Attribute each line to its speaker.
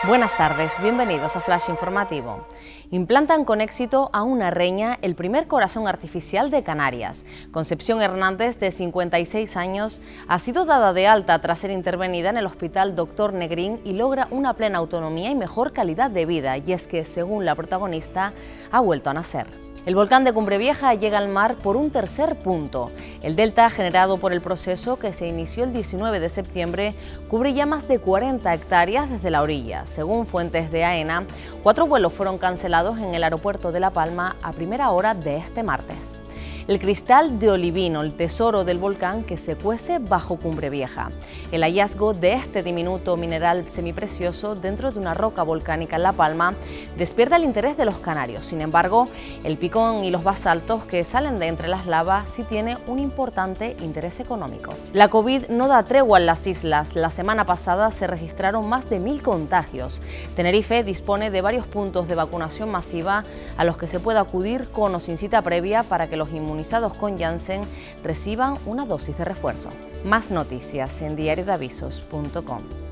Speaker 1: Buenas tardes, bienvenidos a Flash Informativo. Implantan con éxito a una reña el primer corazón artificial de Canarias. Concepción Hernández, de 56 años, ha sido dada de alta tras ser intervenida en el Hospital Dr. Negrín y logra una plena autonomía y mejor calidad de vida. Y es que, según la protagonista, ha vuelto a nacer. El volcán de Cumbrebieja llega al mar por un tercer punto. El delta generado por el proceso, que se inició el 19 de septiembre, cubre ya más de 40 hectáreas desde la orilla. Según fuentes de AENA, 4 vuelos fueron cancelados en el aeropuerto de La Palma a primera hora de este martes. El cristal de olivino, el tesoro del volcán que se cuece bajo Cumbrebieja. El hallazgo de este diminuto mineral semiprecioso dentro de una roca volcánica en La Palma despierta el interés de los canarios. Sin embargo, el picón y los basaltos que salen de entre las lavas sí tiene un importante interés económico. La COVID no da tregua en las islas. La semana pasada se registraron más de 1000 contagios. Tenerife dispone de varios puntos de vacunación masiva a los que se puede acudir con o sin cita previa para que los inmunizados con Janssen reciban una dosis de refuerzo. Más noticias en diariodeavisos.com.